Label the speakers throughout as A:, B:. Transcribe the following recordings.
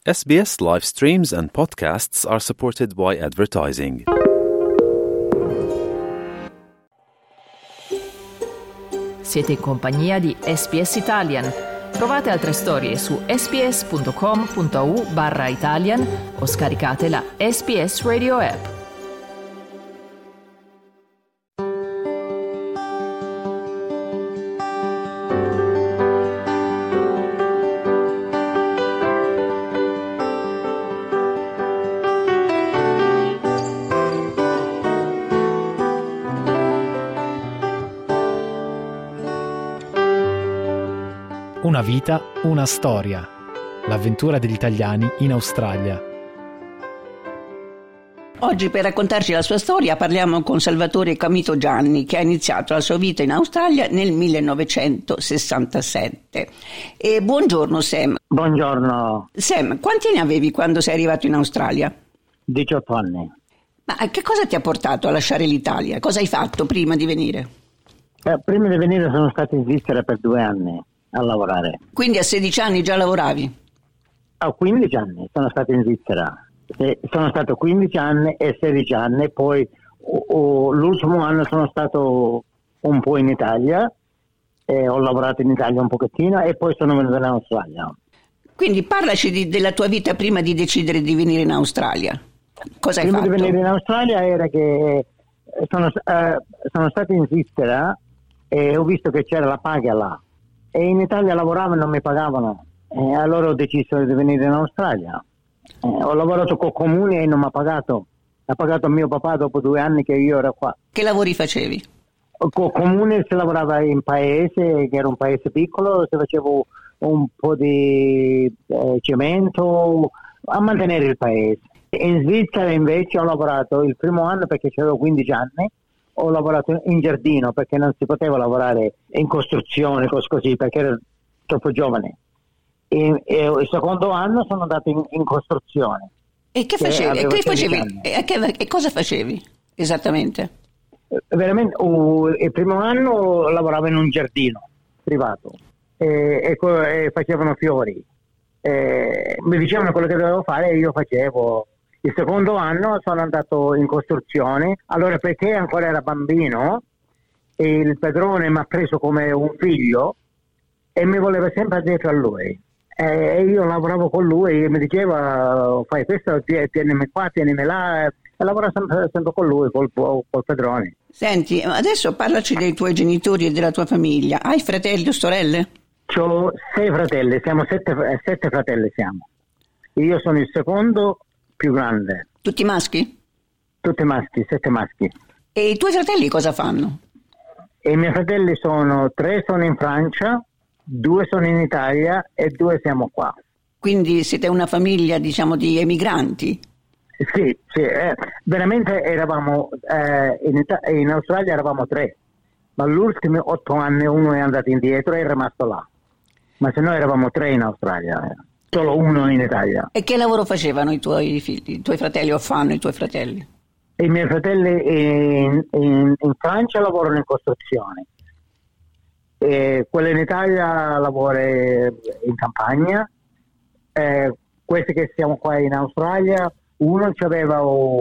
A: SBS live streams and podcasts are supported by advertising.
B: Siete in compagnia di SBS Italian. Trovate altre storie su sbs.com.au/Italian o scaricate la SBS Radio app.
C: Una vita, una storia. L'avventura degli italiani in Australia.
D: Oggi per raccontarci la sua storia parliamo con Salvatore Camito Gianni, che ha iniziato la sua vita in Australia nel 1967. E buongiorno Sam.
E: Buongiorno.
D: Sam, quanti anni avevi quando sei arrivato in Australia?
E: 18 anni.
D: Ma che cosa ti ha portato a lasciare l'Italia? Cosa hai fatto prima di venire?
E: Prima di venire sono stato in Svizzera per 2 anni a lavorare.
D: Quindi a 16 anni già lavoravi?
E: A 15 anni sono stato in Svizzera. Sono stato 15 anni e 16 anni, poi l'ultimo anno sono stato un po' in Italia, ho lavorato in Italia un pochettino e poi sono venuto in Australia.
D: Quindi parlaci della tua vita prima di decidere di venire in Australia. Cosa hai fatto?
E: Prima di venire in Australia era che sono stato in Svizzera e ho visto che c'era la paga là. E in Italia lavoravo e non mi pagavano, allora ho deciso di venire in Australia. Ho lavorato con comune e non mi ha pagato mio papà dopo 2 anni che io ero qua.
D: Che lavori facevi?
E: Con comune si lavorava in paese, che era un paese piccolo, si facevo un po' di cemento a mantenere il paese. In Svizzera invece ho lavorato il primo anno perché avevo 15 anni. Ho lavorato in giardino perché non si poteva lavorare in costruzione, così, perché ero troppo giovane. E il secondo anno sono andato in costruzione.
D: E che facevi? E cosa facevi esattamente?
E: Veramente, il primo anno lavoravo in un giardino privato e facevano fiori. Mi dicevano quello che dovevo fare e io facevo. Il secondo anno sono andato in costruzione, allora perché ancora era bambino e il padrone mi ha preso come un figlio e mi voleva sempre dietro a lui. E io lavoravo con lui e mi diceva fai questo, tienimi qua, tienimi là, e lavoravo sempre con lui, col padrone.
D: Senti, adesso parlaci dei tuoi genitori e della tua famiglia. Hai fratelli o sorelle?
E: Ho 6 fratelli, siamo 7 fratelli siamo. Io sono il secondo più grande.
D: Tutti maschi?
E: Tutti maschi, 7 maschi.
D: E i tuoi fratelli cosa fanno?
E: I miei fratelli sono 3 sono in Francia, 2 sono in Italia e 2 siamo qua.
D: Quindi siete una famiglia, diciamo, di emigranti?
E: Sì, veramente eravamo in Australia eravamo 3, ma gli ultimi 8 anni uno è andato indietro e è rimasto là. Ma se no eravamo 3 in Australia. Solo uno in Italia.
D: E che lavoro facevano i tuoi figli, i tuoi fratelli o fanno i tuoi fratelli?
E: I miei fratelli in Francia lavorano in costruzione, quello in Italia lavora in campagna, questi che siamo qua in Australia, uno aveva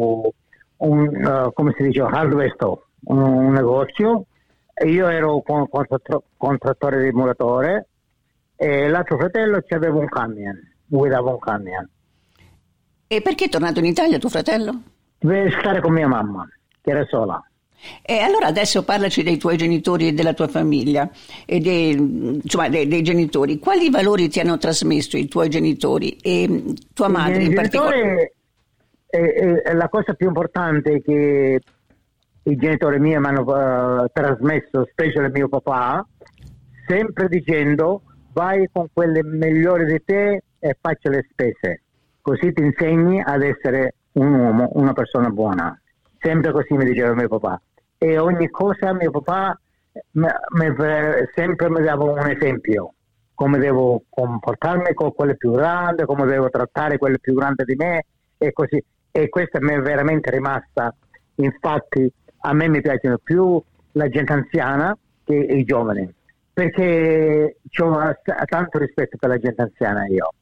E: come si dice, hardware store, un negozio, e io ero contrattore di muratore. E l'altro fratello aveva un camion, guidava un camion.
D: E perché è tornato in Italia tuo fratello?
E: Deve stare con mia mamma, che era sola.
D: E allora adesso parlaci dei tuoi genitori e della tua famiglia, e dei genitori. Quali valori ti hanno trasmesso i tuoi genitori e tua madre in particolare?
E: La cosa più importante è che i genitori miei mi hanno trasmesso, specie mio papà, sempre dicendo vai con quelle migliori di te e faccia le spese, così ti insegni ad essere un uomo, una persona buona. Sempre così mi diceva mio papà, e ogni cosa mio papà sempre mi dava un esempio, come devo comportarmi con quelle più grandi, come devo trattare quelle più grandi di me e così. E questa mi è veramente rimasta. Infatti a me mi piacciono più la gente anziana che i giovani, perché ho tanto rispetto per la gente anziana io,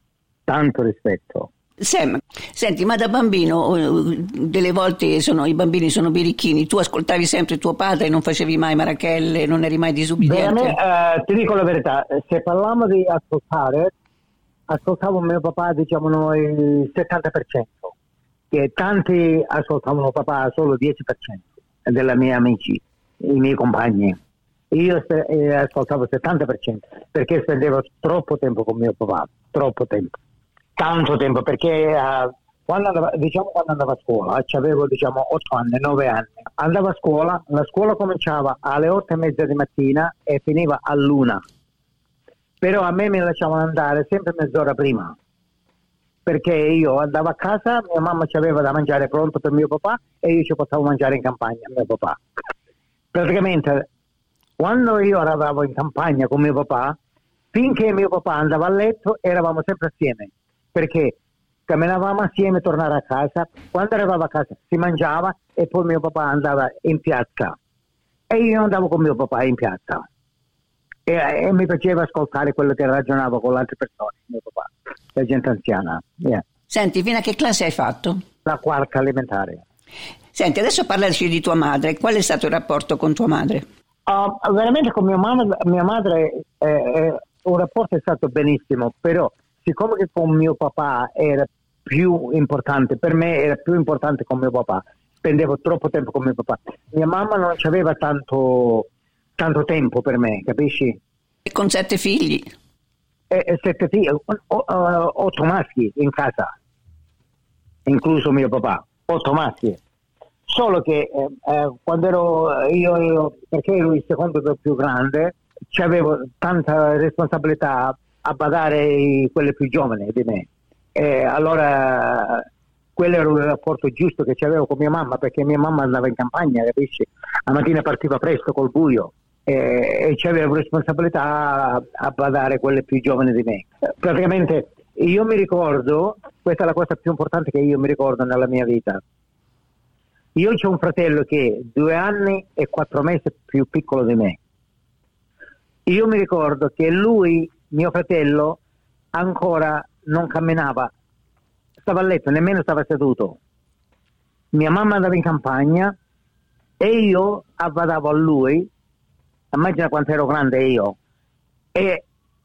E: tanto rispetto.
D: Sam, senti, ma da bambino delle volte i bambini sono birichini, tu ascoltavi sempre tuo padre, non facevi mai marachelle, non eri mai disubbidiente?
E: Ti dico la verità, se parliamo di ascoltare, ascoltavo mio papà, diciamo noi, il 70%, che tanti ascoltavano papà solo il 10% dei miei amici, i miei compagni. Io ascoltavo il 70% perché spendevo troppo tempo con mio papà, troppo tempo. Tanto tempo, perché quando andavo a scuola, avevo 8 anni, 9 anni, andavo a scuola, la scuola cominciava alle 8:30 di mattina e finiva all'1, però a me mi lasciavano andare sempre mezz'ora prima, perché io andavo a casa, mia mamma ci aveva da mangiare pronto per mio papà e io ci potevo mangiare in campagna mio papà. Praticamente quando io eravamo in campagna con mio papà, finché mio papà andava a letto eravamo sempre assieme, perché camminavamo assieme, tornare a casa, quando eravamo a casa si mangiava e poi mio papà andava in piazza e io andavo con mio papà in piazza e mi piaceva ascoltare quello che ragionava con le altre persone, mio papà, la gente anziana. Yeah.
D: Senti, fino a che classe hai fatto?
E: La quarta elementare.
D: Senti, adesso parlaci di tua madre, qual è stato il rapporto con tua madre?
E: Veramente con mia madre un rapporto è stato benissimo, però siccome che con mio papà era più importante, per me era più importante con mio papà, spendevo troppo tempo con mio papà. Mia mamma non aveva tanto tempo per me, capisci?
D: E con 7 figli?
E: 7 figli, 8 maschi in casa, incluso mio papà, 8 maschi. Solo che quando ero io, perché ero il secondo più grande, avevo tanta responsabilità a badare quelle più giovani di me. Allora quello era un rapporto giusto che avevo con mia mamma, perché mia mamma andava in campagna, capisci? La mattina partiva presto col buio e avevo responsabilità a badare quelle più giovani di me. Praticamente io mi ricordo, questa è la cosa più importante che io mi ricordo nella mia vita. Io ho un fratello che è 2 anni e 4 mesi più piccolo di me. Io mi ricordo che lui, mio fratello, ancora non camminava, stava a letto, nemmeno stava seduto. Mia mamma andava in campagna e io abbadavo a lui, immagina quanto ero grande io, e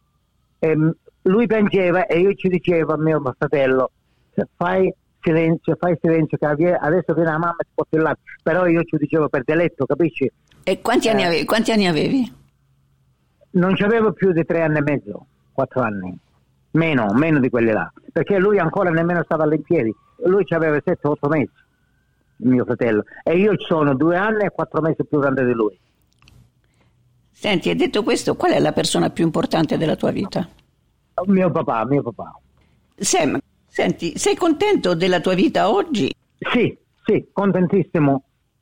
E: lui piangeva e io ci dicevo a mio fratello, fai silenzio che adesso viene la mamma e ti porta il latte, però io ci dicevo per diletto, capisci?
D: E quanti anni avevi?
E: Non c'avevo più di 3 anni e mezzo, 4 anni, meno di quelli là, perché lui ancora nemmeno stava in piedi, lui aveva 7-8 mesi, mio fratello, e io sono 2 anni e 4 mesi più grande di lui.
D: Senti, e detto questo, qual è la persona più importante della tua vita?
E: Mio papà.
D: Sam, senti, sei contento della tua vita oggi?
E: Sì, contentissimo,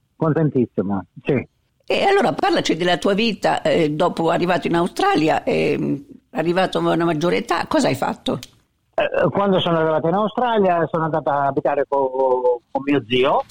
E: sì.
D: E allora parlaci della tua vita dopo arrivato in Australia, arrivato a una maggiore età, cosa hai fatto?
E: Quando sono arrivato in Australia sono andato a abitare con mio zio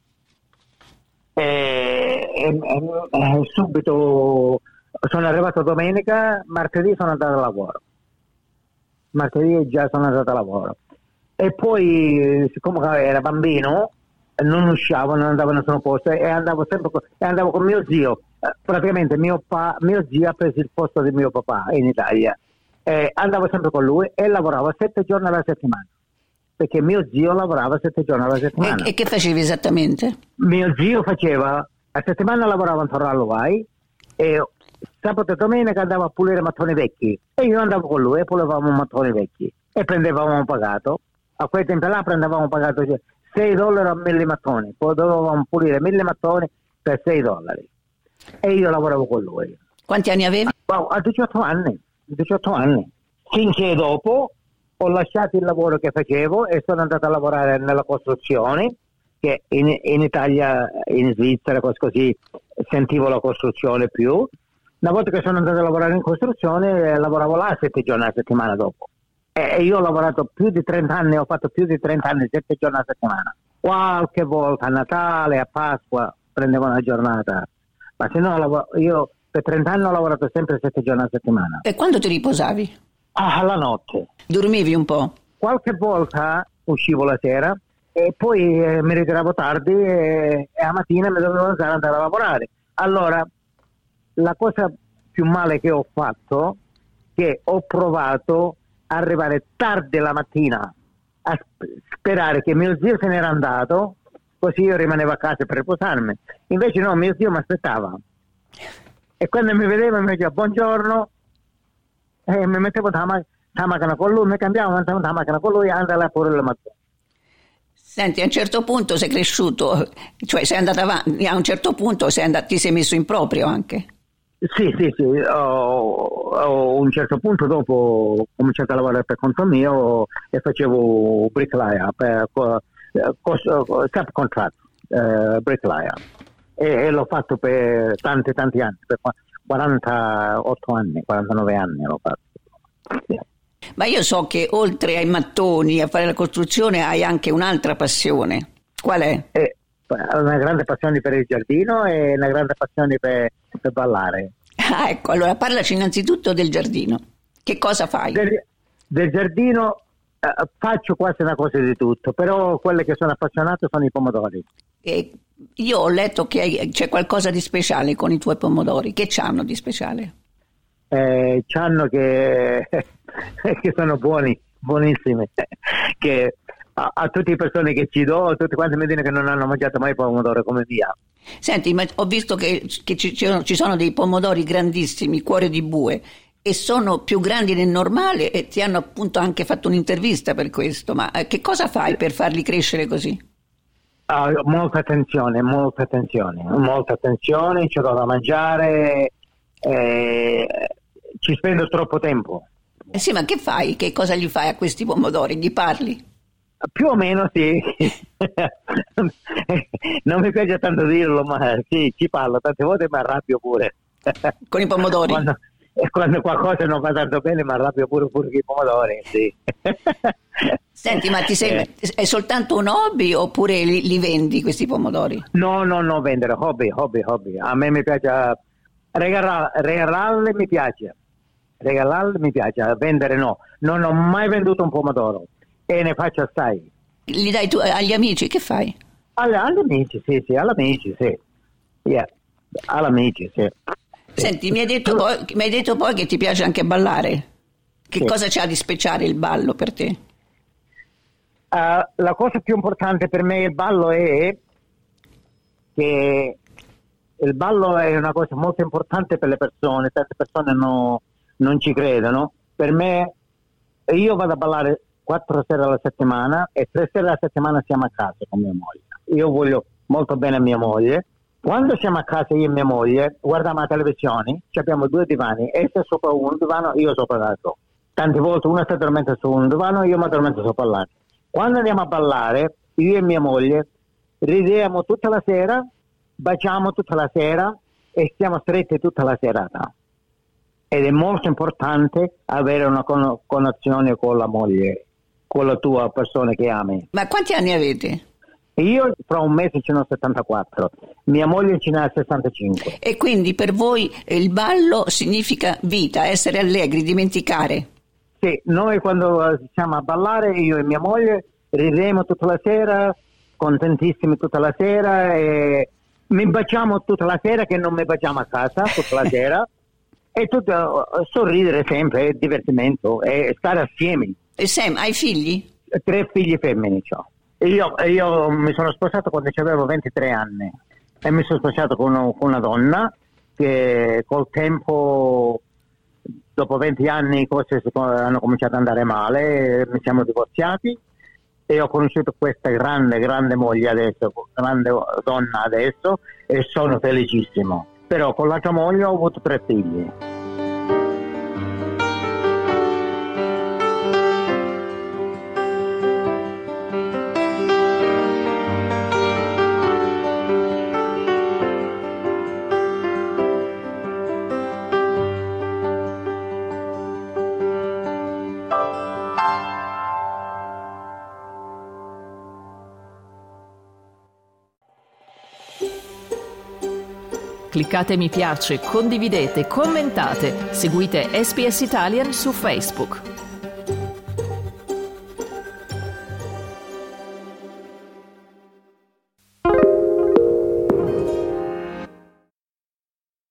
E: e subito sono arrivato domenica, martedì sono andato a lavoro. Martedì già sono andato a lavoro. E poi, siccome era bambino, non uscivo, non andavo in nessun posto e andavo con mio zio. Praticamente mio zio ha preso il posto di mio papà in Italia. Andavo sempre con lui e lavoravo 7 giorni alla settimana, perché mio zio lavorava 7 giorni alla settimana.
D: E che facevi esattamente?
E: Mio zio faceva, a settimana lavorava intorno all'Hawaii e sabato e domenica andava a pulire mattoni vecchi e io andavo con lui e pulivamo mattoni vecchi e prendevamo pagato. A quei tempi là prendevamo pagato $6 a 1000 mattoni, poi dovevamo pulire 1000 mattoni per $6 e io lavoravo con lui.
D: Quanti anni avevi?
E: A 18 anni, finché dopo ho lasciato il lavoro che facevo e sono andato a lavorare nella costruzione, che in Italia, in Svizzera, così sentivo la costruzione più. Una volta che sono andato a lavorare in costruzione lavoravo là 7 giorni a settimana dopo. E io ho lavorato più di 30 anni, ho fatto più di 30 anni, 7 giorni a settimana. Qualche volta a Natale, a Pasqua prendevo una giornata, ma se no io per 30 anni ho lavorato sempre 7 giorni a settimana.
D: E quando ti riposavi?
E: La notte.
D: Dormivi un po'?
E: qualche volta uscivo la sera e poi mi ritiravo tardi e la mattina mi dovevo alzare e andare a lavorare. Allora, la cosa più male che ho fatto che ho provato a arrivare tardi la mattina a sperare che mio zio se n'era andato, così io rimanevo a casa per riposarmi. Invece no, mio zio mi aspettava e quando mi vedeva mi diceva buongiorno e mi mettevo la macchina con lui, mi cambiavo la macchina con lui e andavo pure la mattina.
D: Senti, a un certo punto sei cresciuto, cioè sei andato avanti, a un certo punto ti sei messo in proprio anche.
E: Sì, a un certo punto dopo ho cominciato a lavorare per conto mio e facevo bricklayer, subcontract, bricklayer e l'ho fatto per tanti anni, per 48 anni, 49 anni l'ho fatto. Sì.
D: Ma io so che oltre ai mattoni, a fare la costruzione, hai anche un'altra passione. Qual è?
E: Una grande passione per il giardino e una grande passione per ballare.
D: Ah, ecco, allora parlaci innanzitutto del giardino. Che cosa fai?
E: Del giardino faccio quasi una cosa di tutto, però quelle che sono appassionato sono i pomodori.
D: E io ho letto che c'è qualcosa di speciale con i tuoi pomodori. Che c'hanno di speciale?
E: C'hanno che sono buonissimi, che a tutte le persone che ci do, tutte quante mi dicono che non hanno mangiato mai pomodoro come via. Senti,
D: ma ho visto che ci sono dei pomodori grandissimi, cuore di bue, e sono più grandi del normale e ti hanno appunto anche fatto un'intervista per questo, ma che cosa fai per farli crescere così?
E: Molta attenzione, ci do da mangiare, ci spendo troppo tempo.
D: Sì, ma che fai? Che cosa gli fai a questi pomodori? Gli parli?
E: Più o meno sì. Non mi piace tanto dirlo, ma sì, ci parlo tante volte, mi arrabbio pure.
D: Con i pomodori?
E: Quando qualcosa non va tanto bene mi arrabbio pure con i pomodori, sì.
D: Senti, ma è soltanto un hobby oppure li vendi questi pomodori?
E: No, vendere, hobby. A me mi piace regalarli, mi piace, vendere no. Non ho mai venduto un pomodoro e ne faccio assai.
D: Li dai tu agli amici? Che fai?
E: Agli amici, sì. Yeah. All'amici, sì.
D: Senti, mi hai detto poi che ti piace anche ballare. Che cosa c'ha di speciale il ballo per te?
E: La cosa più importante per me il ballo è che il ballo è una cosa molto importante per le persone. Tante persone non ci credono. Per me, io vado a ballare 4 sere alla settimana e 3 sere alla settimana siamo a casa con mia moglie. Io voglio molto bene a mia moglie. Quando siamo a casa io e mia moglie guardiamo la televisione, abbiamo 2 divani, essa sopra un divano, io sopra l'altro. Tante volte una si addormenta su un divano e io mi addormento sopra l'altro. Quando andiamo a ballare, io e mia moglie ridiamo tutta la sera, baciamo tutta la sera e stiamo stretti tutta la serata. Ed è molto importante avere una connessione con la moglie, con la tua persona che ami.
D: Ma quanti anni avete?
E: Io fra un mese ce ne ho 74, mia moglie ce ne ha 65.
D: E quindi per voi il ballo significa vita, essere allegri, dimenticare?
E: Sì, noi quando siamo a ballare, io e mia moglie ridemo tutta la sera, contentissimi tutta la sera e mi baciamo tutta la sera che non mi baciamo a casa tutta la sera e tutto sorridere sempre, divertimento e stare assieme.
D: E Sam, hai figli?
E: 3 figli femmini ho. Io mi sono sposato quando avevo 23 anni e mi sono sposato con una donna che col tempo, dopo 20 anni, cose hanno cominciato ad andare male, mi siamo divorziati e ho conosciuto questa grande moglie adesso, grande donna adesso e sono felicissimo. Però con l'altra moglie ho avuto 3 figli.
B: Cliccate mi piace, condividete, commentate, seguite SPS Italian su Facebook.